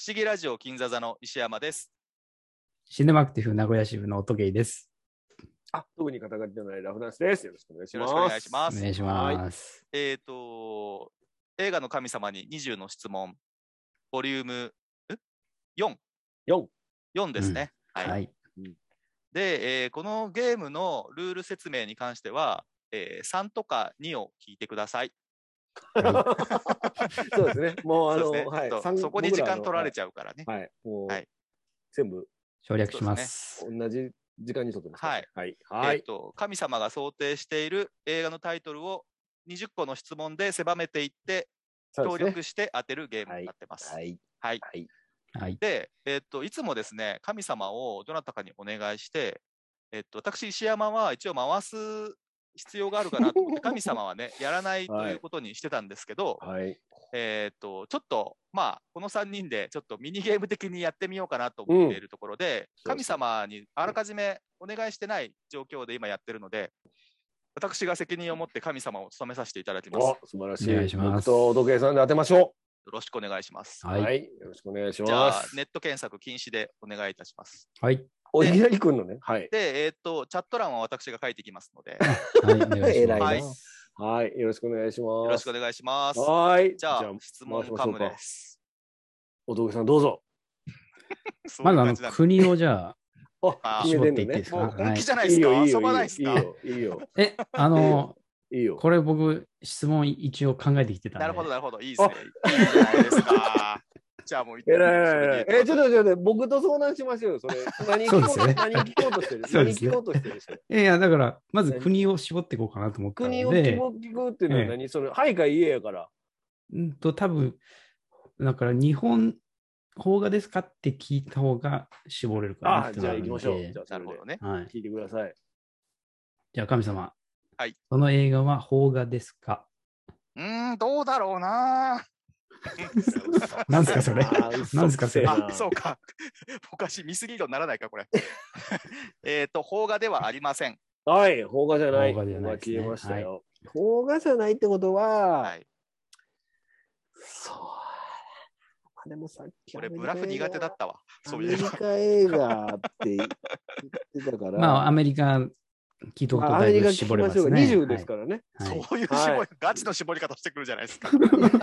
不思議ラジオ金座座の石山です。 シネマクティブ名古屋支部の音ゲイです。 特に肩書きのないラフナンスです。よろしくお願いします。 よろしくお願いします。 お願いします。 映画の神様に20の質問、ボリューム4ですね。 はい。 で、このゲームのルール説明に関しては、3とか2を聞いてください。 そうですね。もうはい、そこに時間取られちゃうからね。 はい。もう、はい、全部省略します。 同じ時間にとってます。 はい。はい。神様が想定している映画のタイトルを20個の質問で狭めていって、協力して当てるゲームになってます。 はい。 はい。 はい。 で、いつもですね、神様をどなたかにお願いして、私、石山は一応回す必要があるかなと思って、神様はね、やらないということにしてたんですけど、 はい、 ちょっと、まあ、この3人でちょっとミニゲーム的にやってみようかなと思っているところで、神様にあらかじめお願いしてない状況で今やってるので、私が責任を持って神様を務めさせていただきます。 素晴らしい。 お願いします。 僕と時計さんで当てましょう。 よろしくお願いします。 はい。よろしくお願いします。 じゃあ、ネット検索禁止でお願いいたします。 はい。 いきなり来るのね。はい。 で、チャット欄は私が書いてきますので。 はい、お願いします。 はい。よろしくお願いします。 よろしくお願いします。 はい。 じゃあ、質問カムです。 おとげさんどうぞ。 まず国をじゃあ、絞っていっていいですか。 もう本気じゃないですか。遊ばないですか。 いいよ。 いいよ。これ僕、質問一応考えてきてたんで。 なるほど。いいですね。いいじゃないですか。じゃあもうちょっと僕と相談しましょうよ。それ何聞こうとしてる。何聞こうとしてる人。 いやだからまず国を絞っていこうかなと思ったので。 国を聞くっていうのは何？それはいか家やから。 多分だから日本邦画ですかって聞いた方が絞れるかなって。 じゃあ行きましょう。じゃあなるほどね。 聞いてください。 じゃあ神様。 はい。 その映画は邦画ですか？ どうだろうな。 なんすかそれ。なんすかそれ。 そうか。昔ミスリードにならないかこれ。邦画ではありません。 はい、邦画じゃない。 邦画じゃないですね。 消えましたよ。邦画じゃないってことは、そう。でもさっきこれブラフ苦手だったわ。 そういうアメリカ映画って言ってたから。 まあアメリカ聞いとくとだいぶ絞れますね。 20ですからね。 そういう絞り、ガチの絞り方してくるじゃないですか。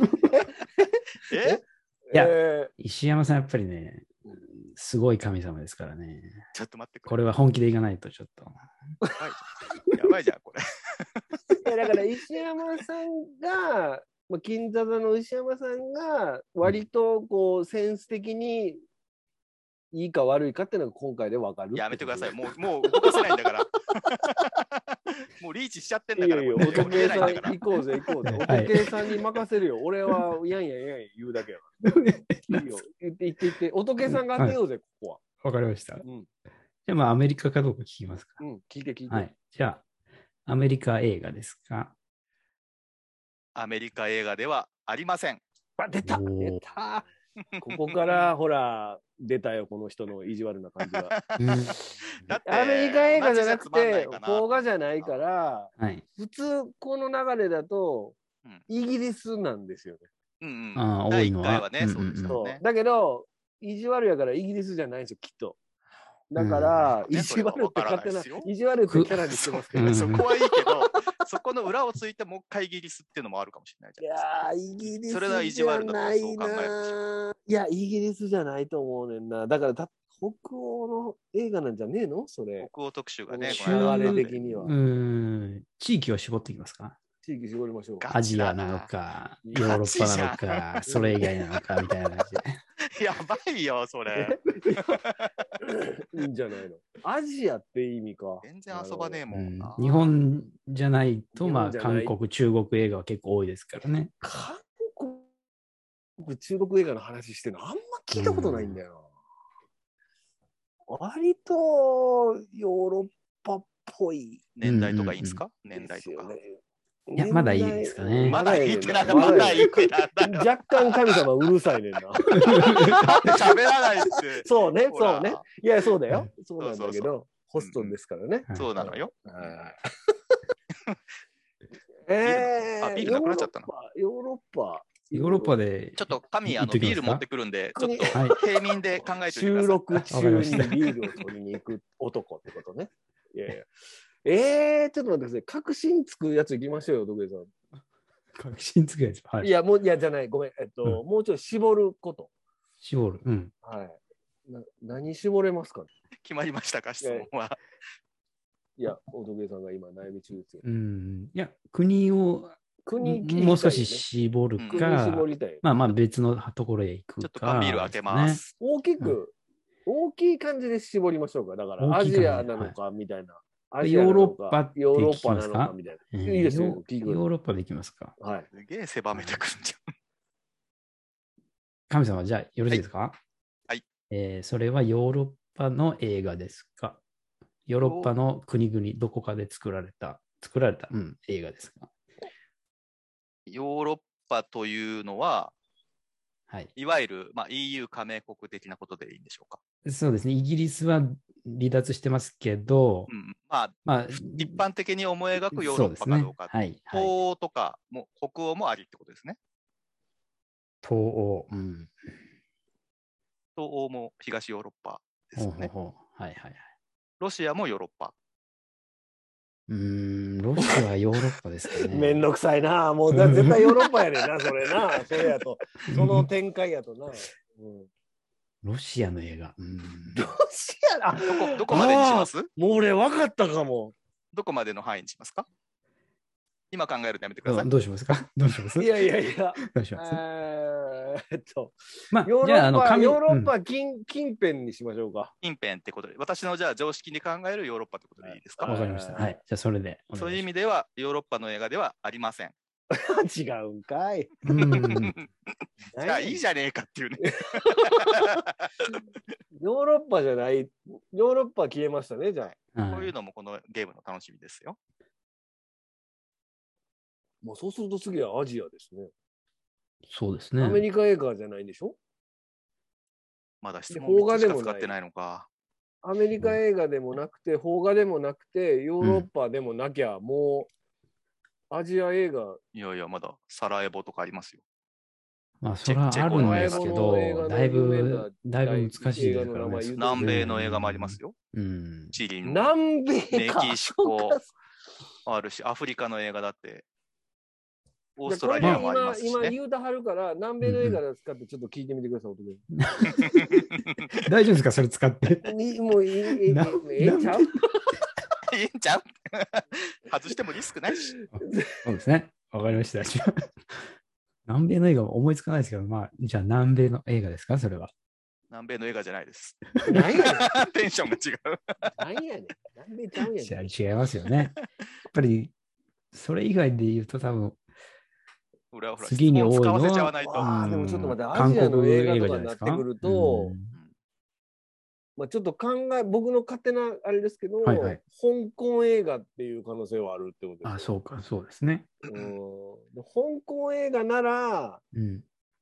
いや、石山さんやっぱりね、すごい神様ですからね。 ちょっと待ってこれは本気でいかないとちょっと。 やばいじゃん、これ。 だから石山さんが、金座座の石山さんが、割とこう、センス的に、いいか悪いかっていうのが今回で分かる。 やめてください。もう動かせないんだから。もうリーチしちゃってんだから。 いやいや、おとけさん行こうぜ。おとけさんに任せるよ。俺はやん言うだけやから。いいよ。言って。おとけさんが当てようぜ、ここは。 わかりました。じゃあまあアメリカかどうか聞きますか。 聞いて。 はい。じゃあ、アメリカ映画ですか？ アメリカ映画ではありません。 出たここからほら出たよ、この人の意地悪な感じが。アメリカ映画じゃなくて邦画じゃないから、普通この流れだとイギリスなんですよね。 多いのはね。 だけど意地悪やからイギリスじゃないんですよ、きっと。だから、意地悪って勝手な、意地悪ってキャラにしてますけど。 そこはいいけど、そこの裏をついてもう一回イギリスっていうのもあるかもしれないじゃないですか。いやー、イギリスそれは意地悪だとそう考える。 いや、イギリスじゃないと思うねんな。だから北欧の映画なんじゃねえのそれ。 北欧特集がね、 流れ的には。 地域を絞っていきますか？ 地域絞りましょう。 アジアなのか、ヨーロッパなのか、それ以外なのかみたいな感じで。やばいよ、それ。 いいんじゃないの。アジアって意味か。 全然遊ばねえもんな。 日本じゃないと、まあ、韓国、中国映画は結構多いですからね。 韓国、中国映画の話してるのあんま聞いたことないんだよな。割とヨーロッパっぽい。 年代とかいいんですか？年代とか。 いや、まだいいですかね。 まだいいってなんだ。まだいいってなんだ。 若干神様うるさいねんな。 喋らないって。 そうね。いや、そうだよ。そうなんだけど、ホストンですからね。 そうなのよ。 ビールなくなっちゃったな。 ヨーロッパ。 ヨーロッパで。 ちょっと神、ビール持ってくるんで、ちょっと平民で考えておいてください。 収録中にビールを取りに行く男ってことね。いやいや。ちょっと待ってください。確信つくやついきましょうよ、徳井さん。 確信つくやつ。はい。 いや、じゃない、ごめん。もうちょい絞ること。 絞る。うん。 はい。何絞れますかね。 決まりましたか、質問は。 いや、徳井さんが今悩み中ですよ。 いや、国をもう少し絞るか、まあ別のところへ行くか。 ちょっと缶ビール開けます。 大きい感じで絞りましょうか。だからアジアなのかみたいな。 ヨーロッパってヨーロッパなのかみたいな。いいですよ。 ヨーロッパでいきますか。 はい。 すげえ狭めてくるんじゃん。 神様、じゃあよろしいですか？ はい。 それはヨーロッパの映画ですか？ヨーロッパの国々、どこかで作られた、映画ですか？ ヨーロッパというのは、 はい、 いわゆる、EU 加盟国的なことでいいんでしょうか？ そうですね。イギリスは離脱してますけど、 一般的に思い描くヨーロッパかどうか、東欧とかも北欧もありってことですね。 東欧、 東欧も東ヨーロッパですよね。 はい。 ロシアもヨーロッパ。 ロシアはヨーロッパですかね。 めんどくさいな。もう絶対ヨーロッパやねんな、それな。それやと。その展開やとな。 ロシアの映画。 ロシアどこまでにします？ もう俺分かったかも。 どこまでの範囲にしますか？今考えるのやめてください。 どうしますか？ いや。 どうします？ ヨーロッパ近辺にしましょうか。 近辺ってことで、私のじゃあ常識に考えるヨーロッパってことでいいですか？ わかりました。はい。じゃあそれで。 そういう意味ではヨーロッパの映画ではありません。 違うんかい。 じゃあいいじゃねえかっていうね。 ヨーロッパじゃない。ヨーロッパ消えましたね、じゃあ。こういうのもこのゲームの楽しみですよ。 もうそうすると次はアジアですね。 そうですね。 アメリカ映画じゃないんでしょ？ まだ質問3つしか使ってないのか。 アメリカ映画でもなくて、邦画でもなくて、ヨーロッパでもなきゃ、もうアジア映画。 いや、まだサラエボとかありますよ。 それはあるんですけど、だいぶ難しいですからね。 南米の映画もありますよ。チリの。 南米か。 メキシコあるし、アフリカの映画だって。オーストラリアもありますし、ね。 今言うたはるから、南米の映画で使ってちょっと聞いてみてください、 大丈夫ですか、それ使って。 もうええんちゃう？ ええんちゃう？外してもリスクないし。 そうですね。わかりました。南米の映画は思いつかないですけど、じゃあ南米の映画ですか、それは。 南米の映画じゃないです。 何やねん。 テンションが違う。 何やねん。南米ちゃうやん。 違いますよね。やっぱり、それ以外で言うと多分、次に多いのは、 でもちょっと待って、アジアの映画とかになってくると、ちょっと僕の勝手なあれですけど、香港映画っていう可能性はあるってことです。 そうか、そうですね。 香港映画なら、なん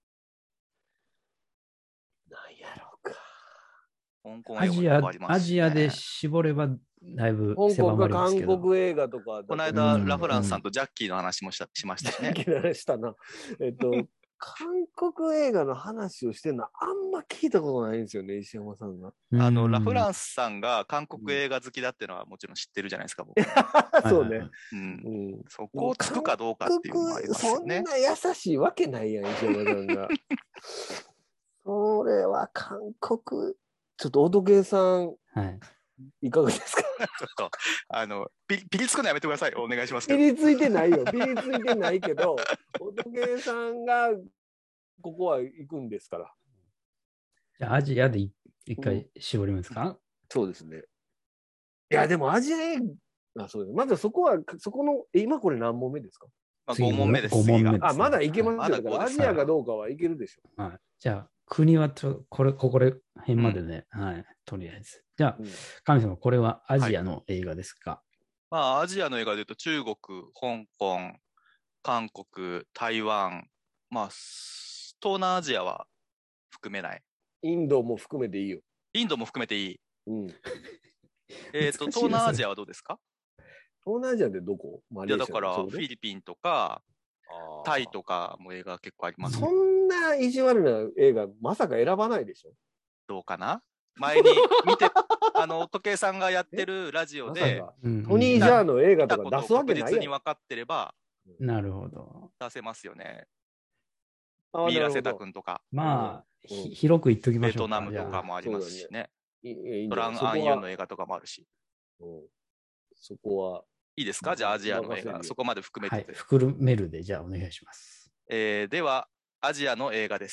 やろうか。 香港映画とかありますしね。 アジアで絞ればだいぶ狭まりますけど。 韓国映画とか。 この間、ラフランスさんとジャッキーの話もしましたね。 ジャッキーの話したな。韓国映画の話をしてるのあんま聞いたことないんですよね、石山さんが。 ラフランスさんが韓国映画好きだっていうのはもちろん知ってるじゃないですか、僕。 そうね。 そこをつくかどうかっていうのもありますよね。 そんな優しいわけないやん、石山さんが。それは韓国、ちょっとオトケイさん、いかがですか？ ちょっと、ピリつくのやめてください。お願いします。 ピリついてないよ。ピリついてないけど、オトケイさんがここは行くんですから。 じゃあ、アジアで一回絞りますか？ そうですね。いや、でもアジアへ、そうです。まずそこの、今これ何問目ですか ？5問目です。 5問目です。 まだいけますよ。だからアジアかどうかはいけるでしょ。 じゃあ、国はここ辺までね、とりあえず。じゃあ、神様、これはアジアの映画ですか？ アジアの映画でいうと中国、香港、韓国、台湾、東南アジアは含めない。 インドも含めていいよ。 インドも含めていい。東南アジアはどうですか？ 東南アジアってどこ？ いやだからフィリピンとか、 タイとかも映画結構あります。 そんな意地悪な映画、まさか選ばないでしょ。 どうかな。前に見て、時計さんがやってるラジオで、 トニー・ジャーの映画とか出すわけないやん。 確実に分かってれば、 なるほど。 出せますよね。ミイラ・セタ君とか。 まあ、広く言っときましょうか。 ベトナムとかもありますしね。トラン・アンユンの映画とかもあるし。 そこは。 いいですか、じゃあアジアの映画、そこまで含めて。 はい、含めるで、じゃあお願いします。 では、アジアの映画です。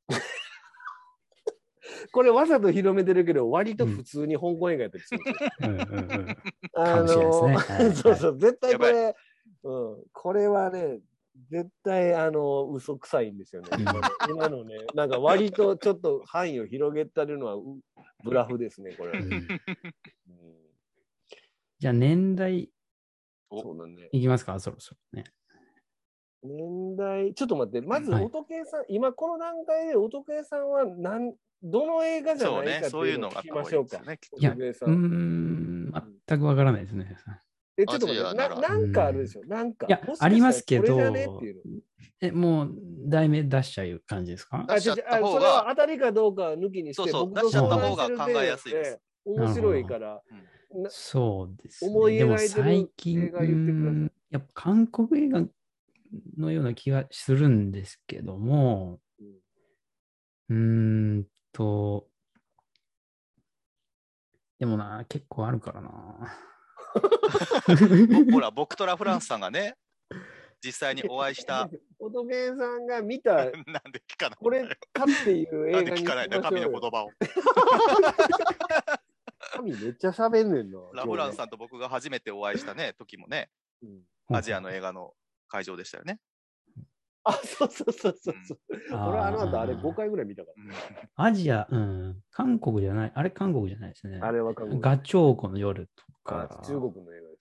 これわざと広めてるけど、割と普通に香港映画やったりするんですよ。そうそう、絶対これ、これはね、絶対嘘くさいんですよね。今のね、なんか割とちょっと範囲を広げたるのはブラフですね、これ。 じゃあ年代、 そうだね。 いきますか、そろそろね。 年代、ちょっと待って、まず音計さん、今この段階で音計さんはどの映画じゃないかっていうのを聞きましょうか。 いや、全くわからないですね。 ちょっと待って、なんかあるでしょ、なんか。 いや、ありますけど、もう題名出しちゃう感じですか？ 出しちゃった方が、 それは当たりかどうか抜きにして、 僕と相談してる考えやすいです。 面白いから。 そうですね。でも最近、やっぱ韓国映画のような気がするんですけども、でもな、結構あるからな。 ほら、僕とラ・フランスさんがね、実際にお会いした。 音ゲーさんが見た、なんで聞かないこれかっていう映画に聞かないんだ、神の言葉を。 神めっちゃ喋んねんな。 ラ・フランスさんと僕が初めてお会いしたね、時もね、アジアの映画の会場でしたよね。 そう。俺あれ5回ぐらい見たから。 アジア、韓国じゃない。あれ韓国じゃないですね。 あれは韓国。 ガチョウコの夜とか。 中国の映画です。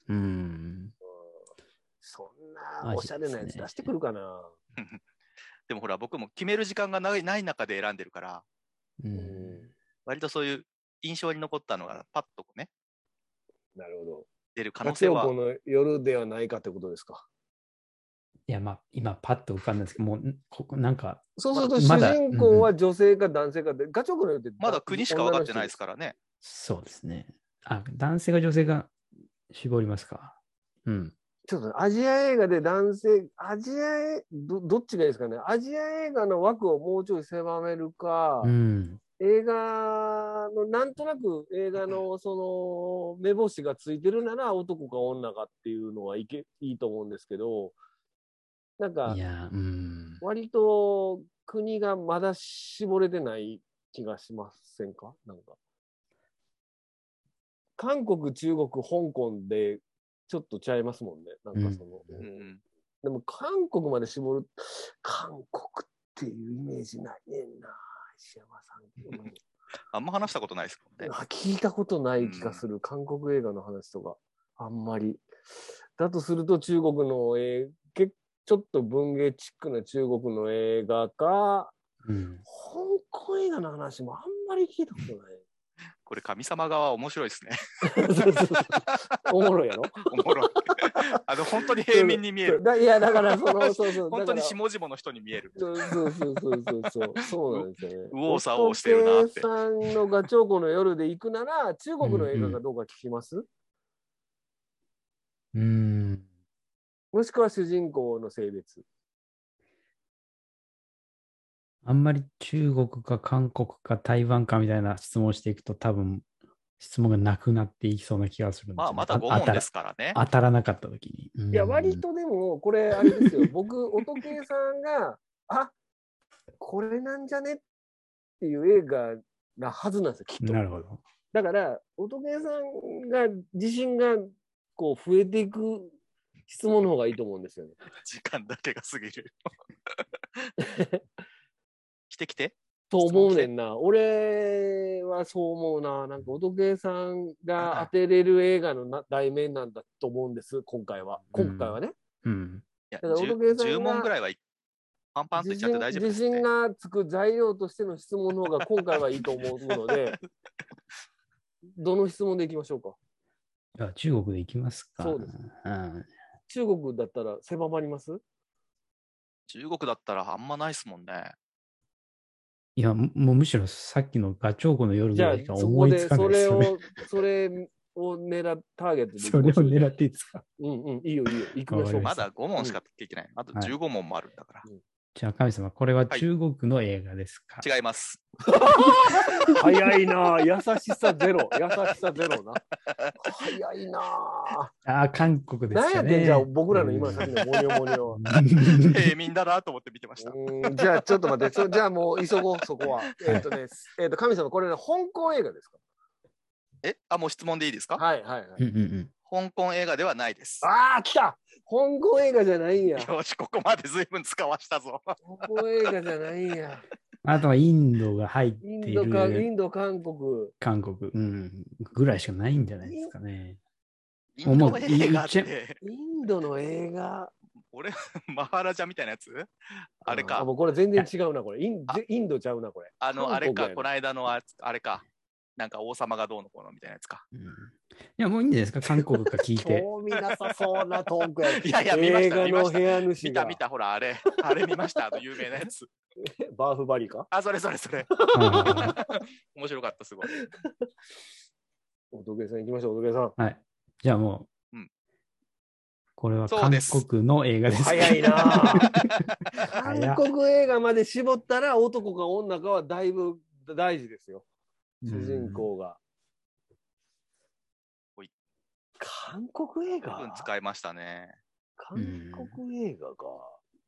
そんなおしゃれなやつ出してくるかな。 でもほら、僕も決める時間がない中で選んでるから、割とそういう印象に残ったのがパッとね。 なるほど。 出る可能性は。 ガチョウコの夜ではないかってことですか。 いや、まあ、今パッと浮かんだんですけど、もう、なんか。 そうすると、主人公は女性か男性かで、ガチョウコの夜ってまだ国しか分かってないですからね。 そうですね。男性か女性が絞りますか。 ちょっとアジア映画で男性、どっちがいいですかね。アジア映画の枠をもうちょい狭めるか、映画の、なんとなく映画のその目星がついてるなら男か女かっていうのはいいと思うんですけど、なんか、割と国がまだ絞れてない気がしませんか？なんか。韓国、中国、香港でちょっとちゃいますもんね。なんかその。でも韓国まで絞る、韓国っていうイメージないねんな、石山さん。 あんま話したことないですもんね。 聞いたことない気がする。韓国映画の話とか。あんまり。だとすると中国のちょっと文芸チックな中国の映画か、香港映画の話もあんまり聞いたことない。 これ神様側面白いですね。 おもろいやろ？ おもろい。本当に平民に見える。 いやだからそう本当に下々の人に見える。 そうなんですよね。 右往左往してるなって。 さんのガチョウコの夜で行くなら中国の映画かどうか聞きます？もしくは主人公の性別。 あんまり中国か韓国か台湾かみたいな質問をしていくと多分質問がなくなっていきそうな気がするんですよ、 また5問ですからね。 当たらなかった時に。 いや、割とでも、これあれですよ。僕、音計さんが、これなんじゃねっていう映画なはずなんですよ、きっと。 なるほど。 だから、音計さんが自信がこう増えていく質問の方がいいと思うんですよね。 時間だけが過ぎる。来て。 と思うねんな。俺はそう思うな。なんか、音計さんが当てれる映画の題名なんだと思うんです、今回は。今回はね。 いや、10問ぐらいはパンパンといっちゃって大丈夫です、ね。 自信がつく材料としての質問の方が今回はいいと思うので、どの質問でいきましょうか。 中国でいきますか。 そうです。中国だったら狭まります？ 中国だったらあんまないっすもんね。 いや、もうむしろさっきのガチョウコの夜ぐらいしか思いつかないですよね。 それをターゲットで。 それを狙っていいですか？ うんうん、いいよいいよ。行きましょう。 まだ5問しかできない。あと15問もあるんだから。 じゃあ、神様、これは中国の映画ですか？ 違います。 早いな、優しさゼロ。優しさゼロな。早いな。 韓国ですかね。 何やってんじゃあ、僕らの今さっきのモニョモニョ。 平民だなと思って見てました。 じゃあ、ちょっと待って。じゃあもう急ごう、そこは。神様、これね、香港映画ですか？ もう質問でいいですか？ はいはいはい。 香港映画ではないです。 ああ、来た！香港映画じゃないんや。 よし、ここまで随分使わしたぞ。 香港映画じゃないんや。 あとはインドが入っている。 インド、韓国。 韓国、ぐらいしかないんじゃないですかね。 インド映画って。 インドの映画。 俺、マハラジャみたいなやつ？あれか。 もうこれ全然違うな、これ。インドちゃうな、これ。 あれか、この間のあれか。なんか王様がどうのこうのみたいなやつか。 いや、もういいんじゃないですか、韓国か聞いて。 興味なさそうなトークや。 いやいや、見ました、見ました。見た、ほら、あれ見ました、有名なやつ。 バーフバリか？ それ。面白かった、すごい。 おとけさん行きましょう、おとけさん。 はい。じゃあもう、これは韓国の映画です。 早いな。韓国映画まで絞ったら男か女かはだいぶ大事ですよ。主人公が。韓国映画？ 使いましたね。 韓国映画か。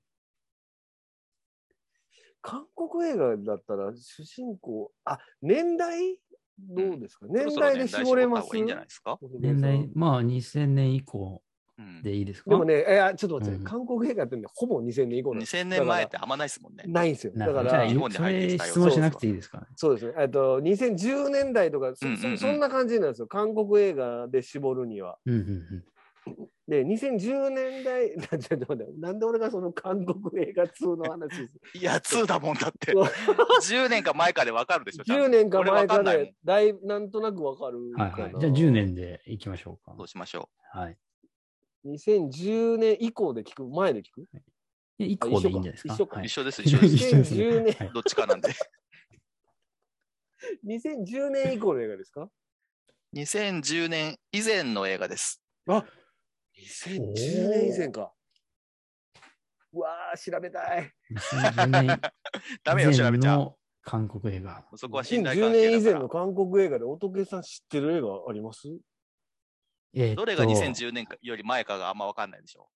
韓国映画だったら主人公、年代どうですか？年代で絞れます？ 年代、まあ2000年以降でいいですか？ でもね、ちょっと待って、韓国映画ってね、ほぼ2000年以降なんです。 2000年前ってあんまないですもんね。 ないんですよ。だから日本に入ってきたよ。質問しなくていいですかね。 そうですね。2010年代とか、そんな感じなんですよ。韓国映画で絞るには。で、2010年代、ちょっと待って、なんで俺がその韓国映画2の話する？ いや、2だもんだって。10年か前かで分かるでしょ。 10年か前かで、なんとなく分かるかな。 じゃあ10年でいきましょうか。 そうしましょう。はい。 2010年以降で聞く？前で聞く？ 以降でいいんじゃないですか？ 一緒です、一緒です。 2010年。 どっちかなんで。 2010年以降の映画ですか ？2010年以前の映画です。 2010年以前か。うわー、調べたい。 2010年ダメよ、調べちゃう。 韓国映画。 そこは信頼関係だから。 2010年以前の韓国映画で仏さん知ってる映画あります？ どれが2010年より前かがあんま分かんないでしょ。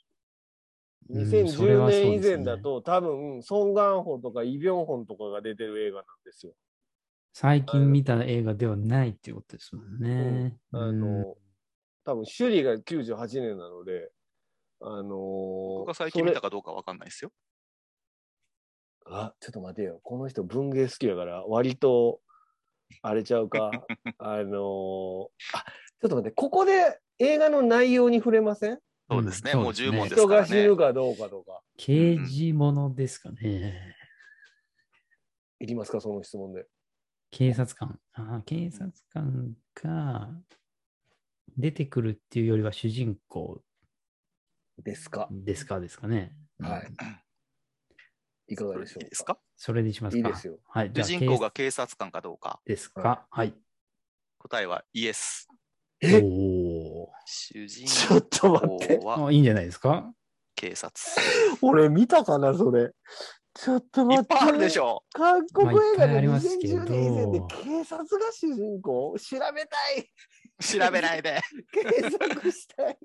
2010年以前だと、多分ソン・ガンホとかイ・ビョンホンとかが出てる映画なんですよ。 最近見た映画ではないっていうことですもんね。 多分首里が98年なので、 僕が最近見たかどうか分かんないですよ。 ちょっと待てよ。この人文芸好きだから、割と、あれちゃうか。ちょっと待って、ここで映画の内容に触れません？ そうですね、もう10問ですからね。 人が死ぬかどうかとか。 刑事ものですかね。 いきますか、その質問で。 警察官。警察官が出てくるっていうよりは主人公ですかね。 はい。いかがでしょうか。 いいですか？ それでしますか？ いいですよ。 はい。 主人公が警察官かどうか。 ですか？はい。 答えはイエス。主人ちょっと待って。 いいんじゃないですか？ 警察。 俺見たかな、それ。ちょっと待って。 いっぱいあるでしょ。 韓国映画で2010年以前で警察が主人公？調べたい。 調べないで。 検索したい。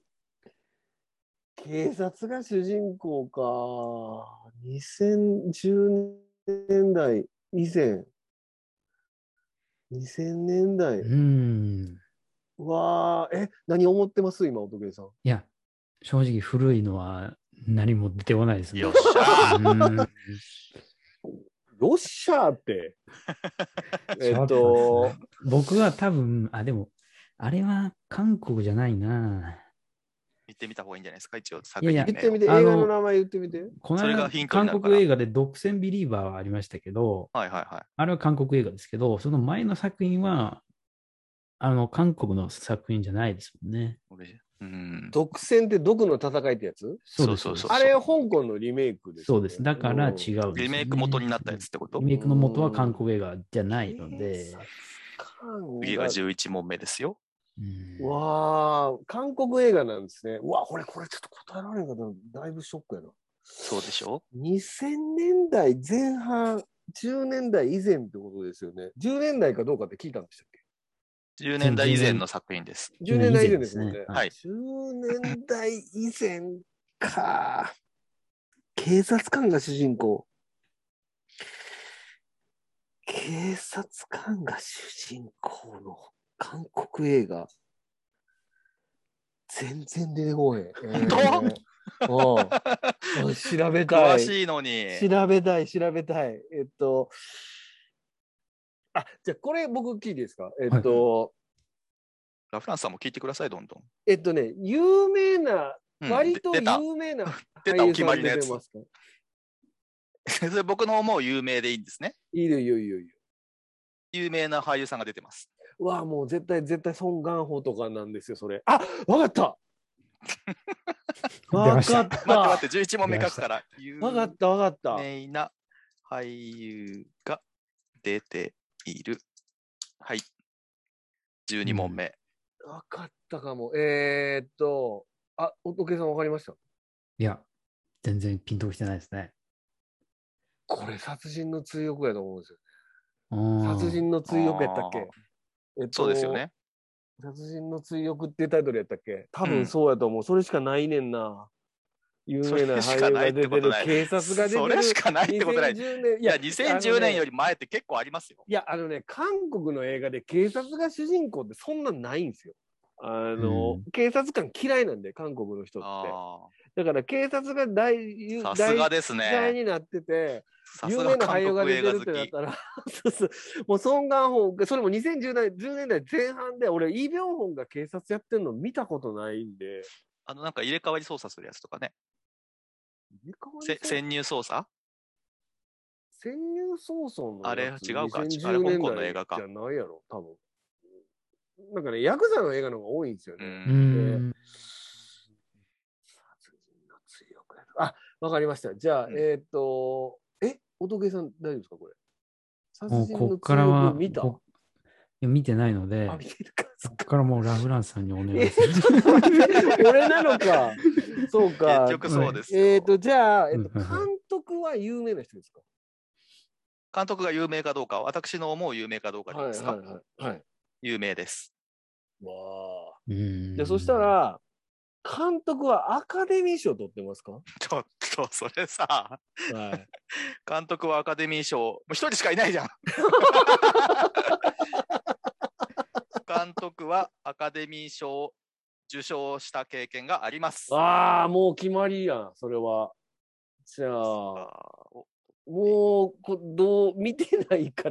警察が主人公か。2010年代以前。2000年代。うわー、何思ってます今、おとけさん。 いや、正直古いのは何も出てこないですね。 よっしゃー。 ロッシャーって。 僕は多分、でも、あれは韓国じゃないな。 言ってみた方がいいんじゃないですか、一応。 言ってみて、映画の名前言ってみて。 この間、韓国映画で独占ビリーバーはありましたけど、 はいはいはい。 あれは韓国映画ですけど、その前の作品は、韓国の作品じゃないですもんね。 独占って毒の戦いってやつ？ そうそう。 あれ、香港のリメイクです、 そうです。だから違うんですよね。 リメイク元になったやつってこと？ リメイクの元は韓国映画じゃないので。 次が11問目ですよ。 わあ、韓国映画なんですね。うわ、これちょっと答えられない方、だいぶショックやな。 そうでしょ？ 2000 年代前半、10年代以前ってことですよね。10年代かどうかって聞いたんでしたっけ ？10年代以前の作品です。 10年代以前ですもんね。 はい。 10年代以前か。警察官が主人公。警察官が主人公の韓国映画。全然出てこへん。 本当？ 調べたい。 詳しいのに。 調べたい。じゃあこれ僕聞いていいですか？ ラフランスさんも聞いてください、どんどん。 有名な、割と有名な出たお決まりのやつ。それ僕の思う有名でいいんですね。 いいよ。 有名な俳優さんが出てます。 うわ、もう絶対ソン・ガンホとかなんですよ、それ。あ、わかった待って、11問目書くから。 わかった。 有名な俳優が出ている。はい。12問目。 わかったかも。おけさんわかりました？ いや、全然ピンときてないですね。 これ殺人の追憶やと思うんですよ。殺人の追憶やったっけ？ そうですよね。 殺人の追憶っていうタイトルやったっけ？多分そうやと思う。それしかないねんな。有名な俳優が出てる、警察が出てる。 それしかないってことない。いや、2010年より前って結構ありますよ。 いや、韓国の映画で警察が主人公ってそんなないんですよ。警察官嫌いなんで、韓国の人って。だから警察が大になってて、有名な俳優が出てるってなったら、もうソン・ガンホ、それも2010年代前半で、俺、イ・ビョンホンが警察やってるの見たことないんで。 なんか入れ替わり捜査するやつとかね。潜入捜査のあれ違うか、あれ香港の映画か。 じゃないやろ、多分。なんかね、ヤクザの映画の方が多いんですよね。あ、わかりました。じゃあ、仏さん大丈夫ですか、これ。 ここからは見てないので、ここからもうラフランスさんにお願いします。 俺なのか。そうか。 結局そうです。 じゃあ、監督は有名な人ですか？ 監督が有名かどうか、私の思う有名かどうかでいいですか？ はい。 有名です。 わあ。じゃあ、そしたら、監督はアカデミー賞取ってますか？ ちょっと、それさ、監督はアカデミー賞、もう一人しかいないじゃん。監督はアカデミー賞を受賞した経験があります。 ああ、もう決まりやん、それは。じゃあ、もう、見てないから、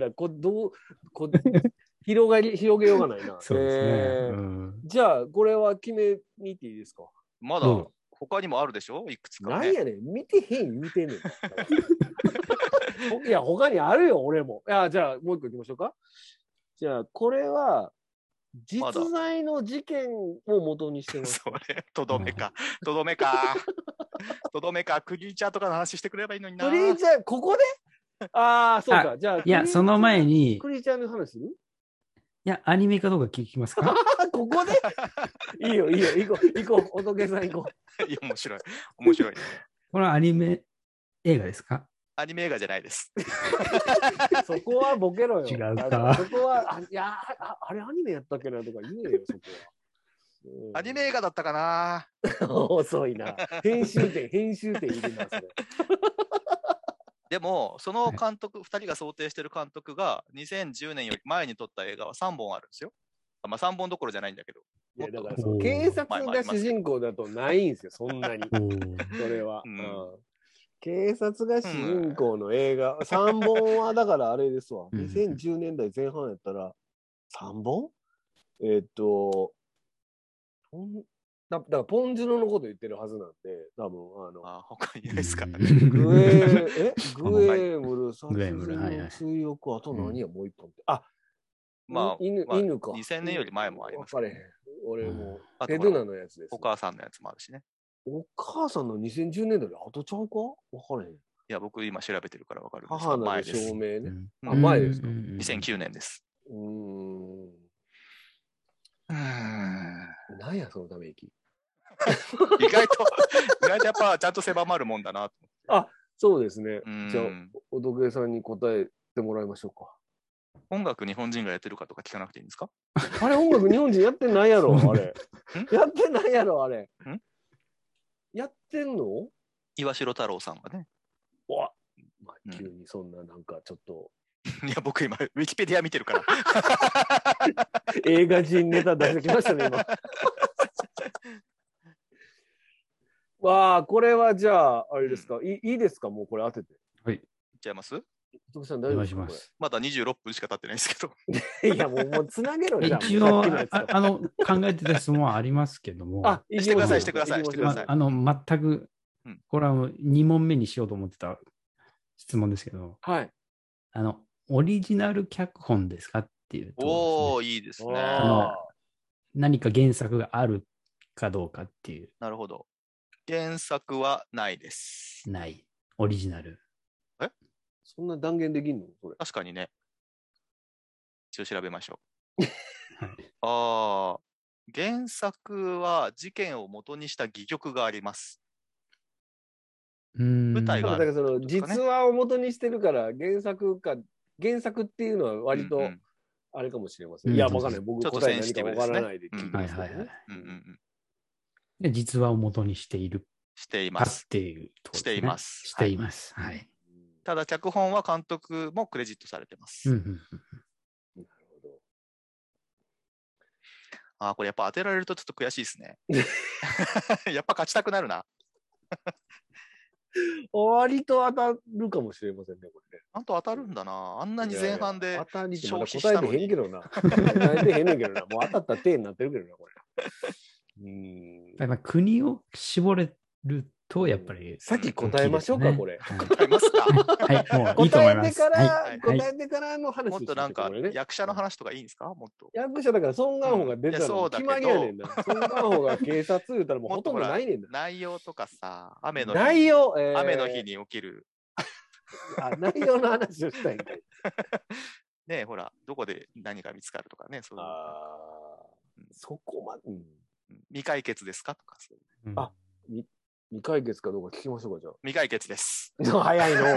広げようがないな。 そうですね。 じゃあ、これは決めにていいですか？ まだ他にもあるでしょ？いくつか、ね。 なんやねん、見てへん言うてんねん。いや、他にあるよ、俺も。じゃあ、もう一個いきましょうか。じゃあ、これは、実在の事件を元にしてます。 それ、とどめか。とどめか。クリーチャーとかの話してくれればいいのにな。 クリーチャー、ここで？ああ、そうか。じゃあ、 いや、その前に。 クリーチャーの話する？ いや、アニメかどうか聞きますか？ ここでいいよ、行こう、仏さん行こう。いや、面白い。 これはアニメ映画ですか？ アニメ映画じゃないです。 そこはボケろよ。 違うか。 そこは、あれアニメやったっけなとか言えよ、そこは。アニメ映画だったかな。 遅いな。編集点いるな、それ。 でも、その監督、2人が想定している監督が2010年より前に撮った映画は3本あるんですよ。まあ3本どころじゃないんだけど。 いやだから警察が主人公だとないんですよ、そんなに。それは。警察が主人公の映画、3本はだからあれですわ。2010年代前半やったら、3本？だからポンジュノのこと言ってるはずなんで、多分他にいないですか？グエムル殺人の追憶、あと何やもう一本って。あ、 まあ犬か。 2000年より前もあります。 分かれへん。 俺もペドゥナのやつです。 お母さんのやつもあるしね。 お母さんの2010年代で後ちゃうか分からへん。 いや、僕今調べてるから分かるんですけ母ど、 なる証明ね。 うん、 あ、前ですか。 2009年です。 何や、そのため息。 意外とやっぱちゃんと狭まるもんだなと思って。 あ、そうですね。じゃあ、おどけさんに答えてもらいましょうか。 音楽日本人がやってるかとか聞かなくていいんですか？ あれ、音楽日本人やってないやろ、あれ。やってないやろ、あれ。やってんの？ 岩城太郎さんがね。 わ、まあ、急にそんななんかちょっと。 いや、僕今、ウィキペディア見てるから。 映画人ネタ出してきましたね、今。わあ、これはじゃあ、あれですか、いいですか、もうこれ当てて。 はい。 いっちゃいます？ お父さん大丈夫ですか？ まだ26分しか経ってないですけど。 いや、もうつなげろよ。 一応、考えてた質問はありますけども。 してください、してください、してください。 全く、これは2問目にしようと思ってた質問ですけど。 はい。 オリジナル脚本ですかっていうと、ね。 おー、いいですね。 何か原作があるかどうかっていう。 なるほど。原作はないです。 ない。オリジナル。 そんな断言できんのそれ。 確かにね。一応調べましょう。はい、原作は事件を元にした戯曲があります。舞台がある、ね。 だからその実話を元にしてるから原作っていうのは割とあれかもしれません。いや、わかんない。僕答え何かわからないで聞いてますけどね。 実話を元にしている。 しています。 っていう、ね。 しています。 しています。はい。 ただ脚本は監督もクレジットされてます。なるほど。これやっぱ当てられるとちょっと悔しいですね。やっぱ勝ちたくなるな。 割と当たるかもしれませんね、これね。 ちゃんと当たるんだな。あんなに前半で消費したのに。答えてへんけどな。答えてへんねんけどな。もう当たった体になってるけどな、これ。 国を絞れると、やっぱり。 さっき答えましょうか、これ。 答えますか？ はい、もういいと思います。 答えてからの話。 もっとなんか、役者の話とかいいんですか？もっと。 役者だから、ソン・ガンホが出たの決まりやねんな。ソン・ガンホが警察言うたらもうほとんどないねんな。 内容とかさ、雨の日に起きる。 内容の話をしたいんだよ。 ねえ、ほら、どこで何が見つかるとかね。 そこまで。 未解決ですかとか。 未解決かどうか聞きましょうか、じゃあ。 未解決です。 早いの。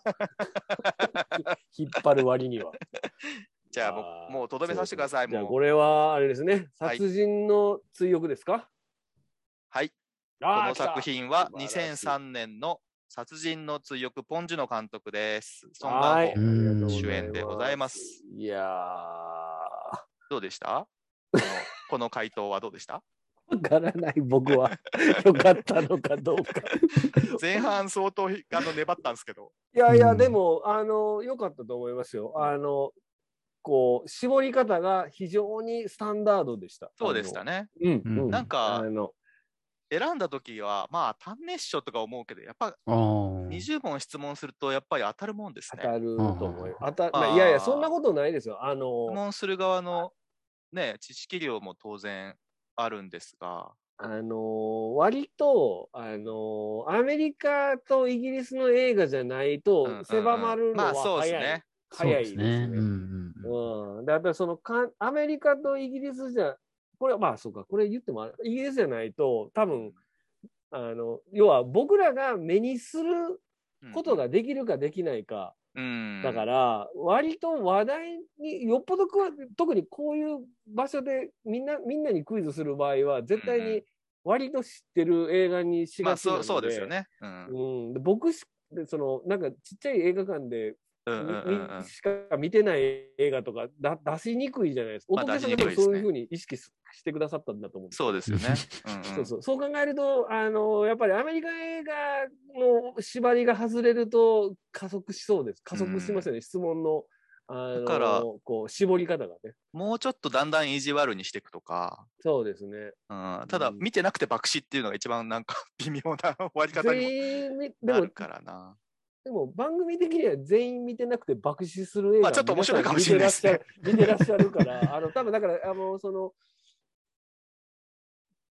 引っ張る割には。 じゃあもうとどめさせてください。 じゃあこれはあれですね。殺人の追憶ですか？ はい。この作品は2003年の殺人の追憶ポン・ジュノ監督です。ソン・ガンホ主演でございます。 いやー。どうでした？この回答はどうでした？ わからない、僕は。よかったのかどうか。 前半相当粘ったんですけど。 いやいや、でも、よかったと思いますよ。こう、絞り方が非常にスタンダードでした。 そうでしたね。なんか、選んだ時は、まあ、短熱書とか思うけど、やっぱ、20問質問すると、やっぱり当たるもんですね。 当たると思います。いやいや、そんなことないですよ。質問する側の、ね、知識量も当然、あるんですが、 割とアメリカとイギリスの映画じゃないと狭まるのは早いですね。でやっぱりそのアメリカとイギリスじゃこれはまあそうかこれ言ってもイギリスじゃないと多分要は僕らが目にすることができるかできないか。だから割と話題によっぽど特にこういう場所でみんなにクイズする場合は絶対に割と知ってる映画にしがちなので、 そうですよね。 僕なんかちっちゃい映画館でしか見てない映画とか出しにくいじゃないですか。乙女さんがそういうふうに意識してくださったんだと思うんです。 そうですよね。 そう考えるとやっぱりアメリカ映画の縛りが外れると加速しそうです。加速しますよね、質問のだからこう絞り方がね。 もうちょっとだんだん意地悪にしていくとか。 そうですね。 ただ見てなくて爆死っていうのが一番なんか微妙な終わり方になるからな。 でも番組的には全員見てなくて爆死する映画ちょっと面白いかもしれないですね。 見てらっしゃるから多分だから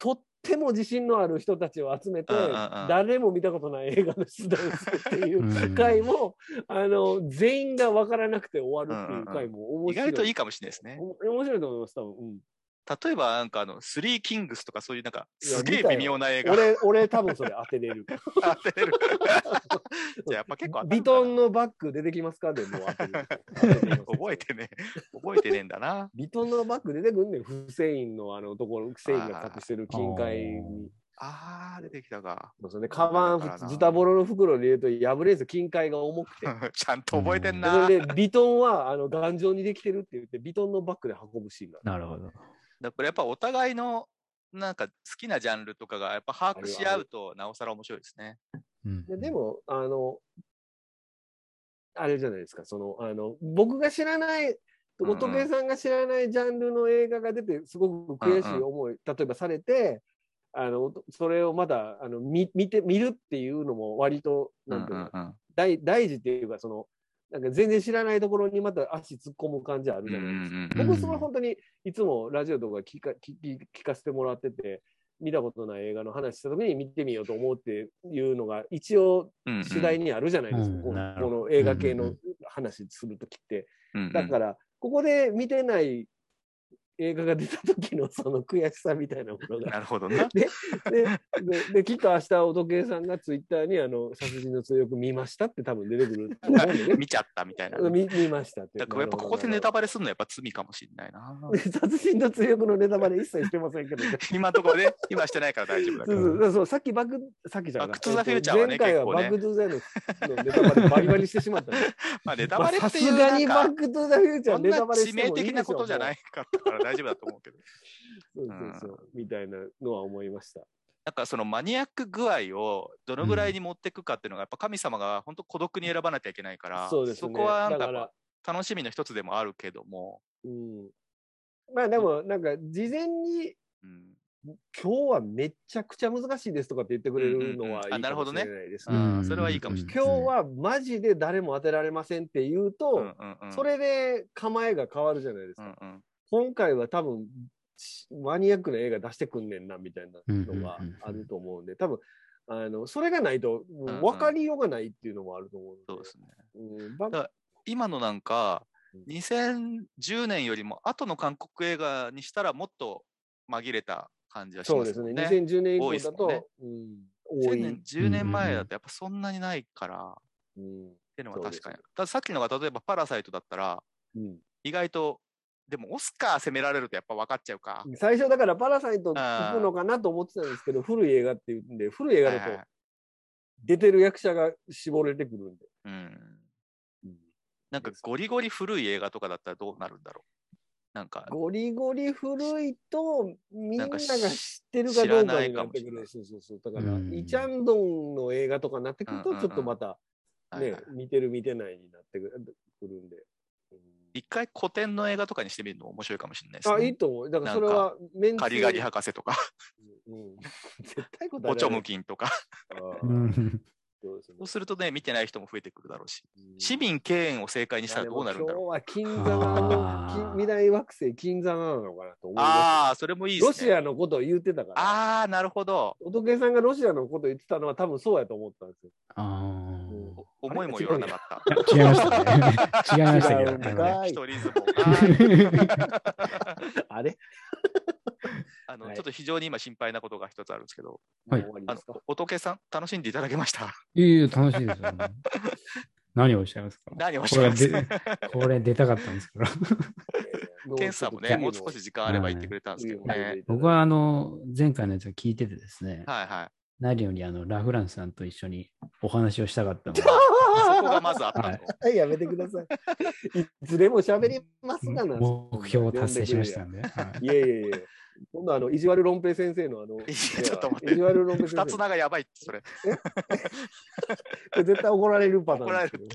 とっても自信のある人たちを集めて、誰も見たことない映画の出題をするっていう回も、全員が分からなくて終わるっていう回も面白い。 意外といいかもしれないですね。 面白いと思います、多分。 例えば、なんかスリーキングスとかそういうなんか、すげえ微妙な映画。 俺多分それ当てれる。 当てれる。じゃあやっぱ結構当たる。 ビトンのバッグ出てきますかでも当てる。 覚えてねえんだな。 ビトンのバッグ出てくんねん。フセインのところ、フセインが隠してる金塊に。 出てきたか。 そうね。カバン、ズタボロの袋で入れると破れるんですよ。金塊が重くて。 ちゃんと覚えてんな。 で、ビトンは頑丈にできてるって言って、ビトンのバッグで運ぶシーンが。 なるほど。 これやっぱお互いのなんか好きなジャンルとかがやっぱ把握し合うとなおさら面白いですね。 でもあれじゃないですか、僕が知らない、乙部さんが知らないジャンルの映画が出てすごく悔しい思い、例えばされて、それをまだ見るっていうのも割となんていうの、大事っていうかなんか全然知らないところにまた足突っ込む感じあるじゃないですか。僕それ本当にいつもラジオとか聞かせてもらってて、見たことない映画の話した時に見てみようと思うっていうのが一応主題にあるじゃないですか。この映画系の話するときって。だからここで見てない映画が出た時のその悔しさみたいなものが。 なるほどな。 できっと明日、お時計さんがツイッターに殺人の追憶見ましたって多分出てくると思うんでね。 見ちゃったみたいな。 見ましたって。 だからやっぱここでネタバレするのはやっぱ罪かもしれないな。 殺人の追憶のネタバレ一切してませんけどね。 今のところね、今してないから大丈夫だから。 そう、さっきじゃなくて、 バックトゥザフューチャーはね、 前回はバックトゥザのネタバレバリバリしてしまったんで。 まあネタバレっていうさすがにバックトゥザフューチャーネタバレしてもいいでしょ。 致命的なことじゃないから大丈夫だと思うけど。 そうみたいなのは思いました。 なんかそのマニアック具合をどのぐらいに持っていくかっていうのがやっぱ神様が本当孤独に選ばなきゃいけないから、そこはなんか楽しみの一つでもあるけども、 まあでもなんか事前に今日はめちゃくちゃ難しいですとかって言ってくれるのはいいかもしれないですね。 それはいいかもしれない。 今日はマジで誰も当てられませんって言うと、それで構えが変わるじゃないですか。今回は多分マニアックな映画出してくんねんなみたいなのがあると思うんで、多分それがないと分かりようがないっていうのもあると思うんで。 そうですね。だから今のなんか2010年よりも後の韓国映画にしたらもっと紛れた感じはしますね。 そうですね。2010年以降だと 10年前だとやっぱそんなにないからっていうのは確かに。たださっきのが例えばパラサイトだったら意外とでもオスカー攻められるとやっぱ分かっちゃうか。 最初だからパラサイト行くのかなと思ってたんですけど、古い映画っていうんで、古い映画だと出てる役者が絞れてくるんで。 なんかゴリゴリ古い映画とかだったらどうなるんだろう。なんかゴリゴリ古いとみんなが知ってるかどうかになってくる。そう。だからイチャンドンの映画とかになってくるとちょっとまたね、見てる見てないになってくるんで。 一回古典の映画とかにしてみるの面白いかもしれないですね。 いいと思う。だからそれはカリガリ博士とか絶対答えポチョムキンとかそうするとね、見てない人も増えてくるだろうし、市民敬遠を正解にしたらどうなるんだろう。 今日は金座の未来惑星金座なのかなと思います。 それもいいですね。 ロシアのことを言ってたから。 なるほど。 おとけさんがロシアのことを言ってたのは多分そうやと思ったんですよ。 思いもよらなかった。 違いましたね。違いましたけど。 一人相撲。 あれちょっと非常に今心配なことが一つあるんですけど、おとけさん、楽しんでいただけました？ いや楽しいですよ。何をおっしゃいますか？ 何をおっしゃいますか？ これ出たかったんですから。 検査もね、もう少し時間あれば言ってくれたんですけどね。 僕は前回のやつを聞いててですね、 はい。 何よりラフランスさんと一緒にお話をしたかったので。 そこがまずあったの。 やめてください。いつでも喋りますがな。 目標を達成しましたんで。 いや。今度意地悪ロンペ先生のちょっと待って。 意地悪ロンペ先生。 二つ名がやばいって、それ。 これ絶対怒られるパターン。 怒られるって。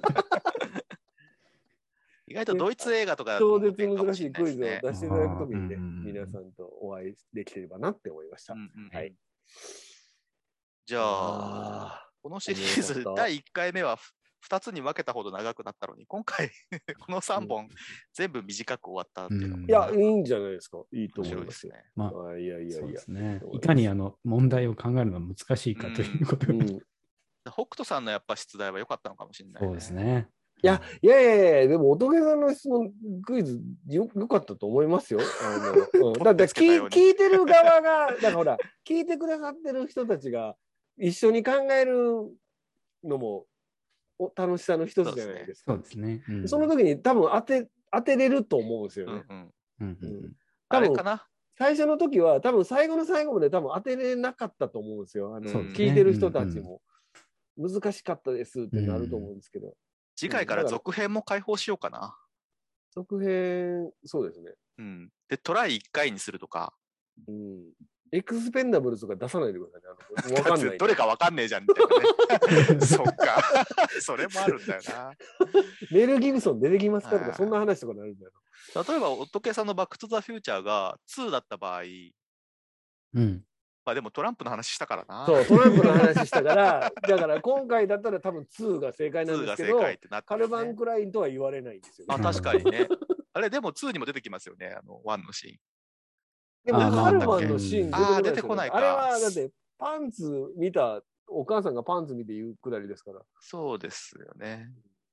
意外とドイツ映画とか超絶難しいクイズを出していただくときにね、皆さんとお会いできればなって思いました。はい。 じゃあ、このシリーズ第1回目は 2つに分けたほど長くなったのに、今回この3本全部短く終わったっていうのも、 いや、いいんじゃないですか。いいと思いますよ。 ね。 まあ、いやいやいや。 そうですね。いかに問題を考えるのが難しいかということが、 北斗さんのやっぱ出題は良かったのかもしれない、ね。 そうですね。 いやいや、でも、乙女さんの質問、クイズよかったと思いますよ。だって聞いてる側が、だからほら、聞いてくださってる人たちが一緒に考えるのも楽しさの一つじゃないですか。 そうですね。 その時に多分当てれると思うんですよね。 あれかな、 最初の時は多分最後の最後まで多分当てれなかったと思うんですよ。聞いてる人たちも難しかったですってなると思うんですけど。 次回から続編も開放しようかな。 続編、そうですね。で、トライ1回にするとか。 エクスペンダブルズとか出さないでくださいね。わかんない。 どれかわかんねえじゃんみたいなね。そっか。それもあるんだよな。 メル・ギブソン出てきますかとか、そんな話とかなるんだよな。例えば、おとけさんのバック・トゥ・ザ・フューチャーが2だった場合、まあでもトランプの話したからな。 そう、トランプの話したから、だから今回だったら多分2が正解なんですけど、カルバン・クラインとは言われないんですよね。 確かにね。あれ、でも2にも出てきますよね、1のシーン。 でもカルバンのシーン出てこないか。 あれはだってパンツ見た、お母さんがパンツ見て言うくだりですから。 そうですよね。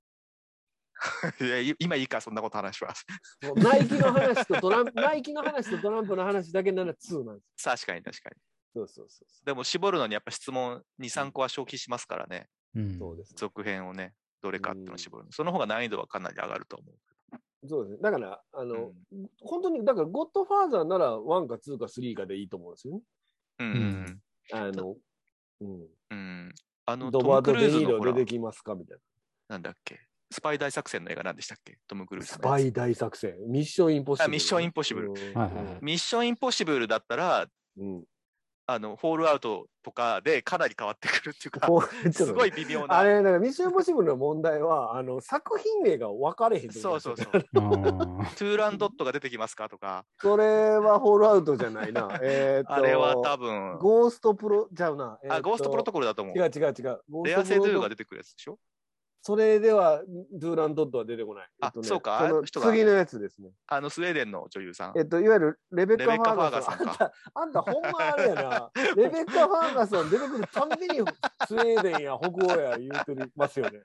今いいか、そんなこと話します。 ナイキの話とトランプの話だけなら2なんです。 確かに確かに。 そう。 でも絞るのにやっぱ質問2、3個は消費しますからね。 そうです。 続編をね、どれかっていうのを絞る。その方が難易度はかなり上がると思う。 そうですね。だから、本当に、だから、ゴッドファーザーなら1か2か3かでいいと思うんですよね。ドバート・デ・ニーロ出てきますかみたいな。なんだっけ、スパイ大作戦の映画なんでしたっけ、トム・クルーズの。 スパイ大作戦。ミッション・インポッシブル。 ミッション・インポッシブル。ミッション・インポッシブルだったら、フォールアウトとかでかなり変わってくるっていうか、すごい微妙な。 あれ、だからミッション・インポッシブルの問題は、作品名が分かれへん。 そう。トゥーランドットが出てきますかとか。 それはフォールアウトじゃないな。 あれは多分。 ゴーストプロ、ちゃうな。 ゴーストプロトコルだと思う。 違う。 レアセドゥが出てくるやつでしょ。 それでは、ドゥーランドットは出てこない。 そうか。 次のやつですね。 スウェーデンの女優さん。 いわゆるレベッカ・ファーガソン。あんたほんまあれやな。レベッカ・ファーガソン出てくるたんびにスウェーデンや北欧や言うてますよね。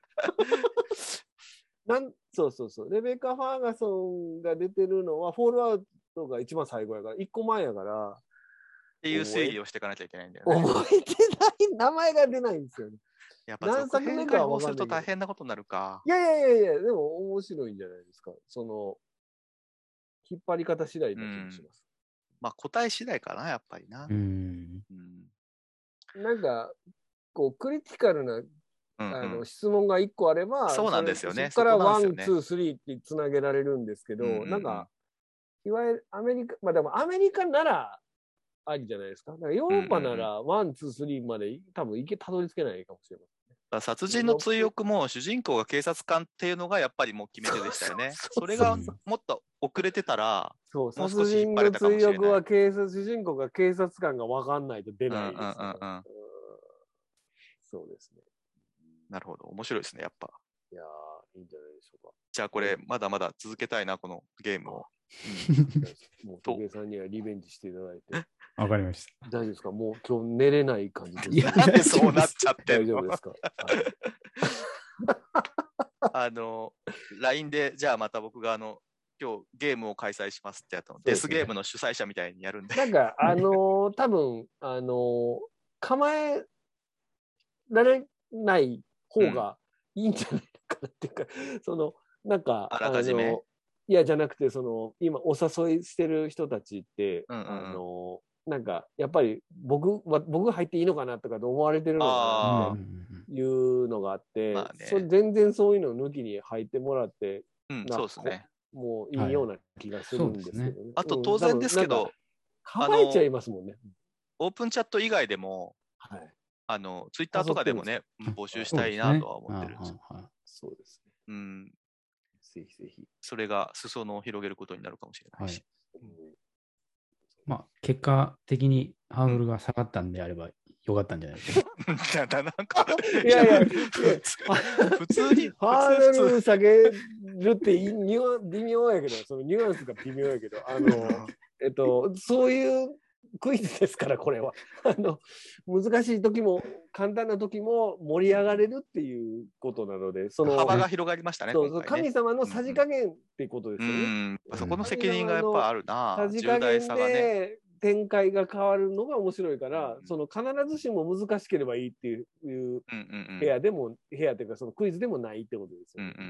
そう。レベッカ・ファーガソンが出てるのは、フォールアウトが一番最後やから、1個前やから。 っていう推理をしていかなきゃいけないんだよね。 覚えてない、名前が出ないんですよね。 やっぱ続編解放すると大変なことになるか。 いや、でも面白いんじゃないですか。引っ張り方次第な気がします。 まあ答え次第かな、やっぱりな。 なんか、こう、クリティカルな、質問が1個あれば、 そうなんですよね。 そこから1、2、3ってつなげられるんですけど、なんか、いわゆるアメリカ、まあでもアメリカならありじゃないですか。だからヨーロッパなら1、2、3まで多分たどり着けないかもしれません。 殺人の追憶も主人公が警察官っていうのがやっぱりもう決め手でしたよね。それがもっと遅れてたら、 もう殺人の追憶は主人公が警察官が分かんないと出ないです、ね。そうですね。 なるほど。面白いですね、やっぱ。 いやー、いいんじゃないでしょうか。 じゃあこれ、まだまだ続けたいな、このゲームを。 もう、時計さんにはリベンジしていただいて。 わかりました。 大丈夫ですか？もう今日寝れない感じです。 いや、なんでそうなっちゃってるの？ 大丈夫ですか ？LINE で、じゃあまた僕が今日ゲームを開催しますってやったの、デスゲームの主催者みたいにやるんで。 なんか、多分、構えられない方がいいんじゃないかなっていうか、なんか、 あらかじめ。 いや、じゃなくて、今、お誘いしてる人たちって、なんか、やっぱり僕入っていいのかなとかと思われてるのかなっていうのがあって、全然そういうの抜きに入ってもらって、 そうですね。 もういいような気がするんですけどね。 あと当然ですけど、 構えちゃいますもんね。 オープンチャット以外でも、ツイッターとかでもね、募集したいなとは思ってるんですよ。 そうですね。ぜひ。 それが裾野を広げることになるかもしれないし。 まあ、結果的にハードルが下がったんであればいよかったんじゃないですか。 なんかいやいや、 普通にハードル下げるって微妙やけど、そのニュアンスが微妙やけど、そういうクイズですから、これは。難しい時も簡単な時も盛り上がれるっていうことなので、その幅が広がりましたね。 神様のさじ加減ってことですよね。 そこの責任がやっぱあるな。 さじ加減で展開が変わるのが面白いから、その必ずしも難しければいいっていう部屋っていうかそのクイズでもないってことですよね。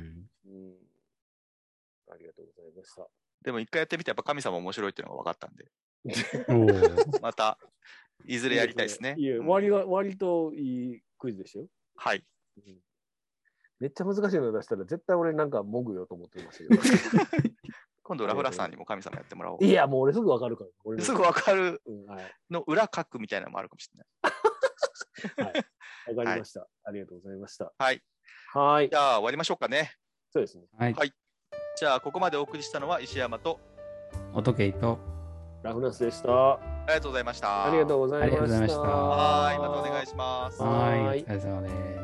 ありがとうございました。 でも一回やってみてやっぱ神様面白いっていうのが分かったんで。またいずれやりたいですね。 割といいクイズでしたよ。 はい。 めっちゃ難しいの出したら絶対俺なんかもぐよと思ってましたけど。 今度ラフラさんにも神様やってもらおう。 いやもう俺すぐ分かるから。 すぐ分かるの裏書くみたいなのもあるかもしれない。はい。分かりました。ありがとうございました。 はい。 はい。 じゃあ終わりましょうかね。 そうですね。 はい。 じゃあここまでお送りしたのは石山と音圭とラフランスでした。 ありがとうございました。 ありがとうございました。 はい、またお願いします。 はい、お疲れ様です。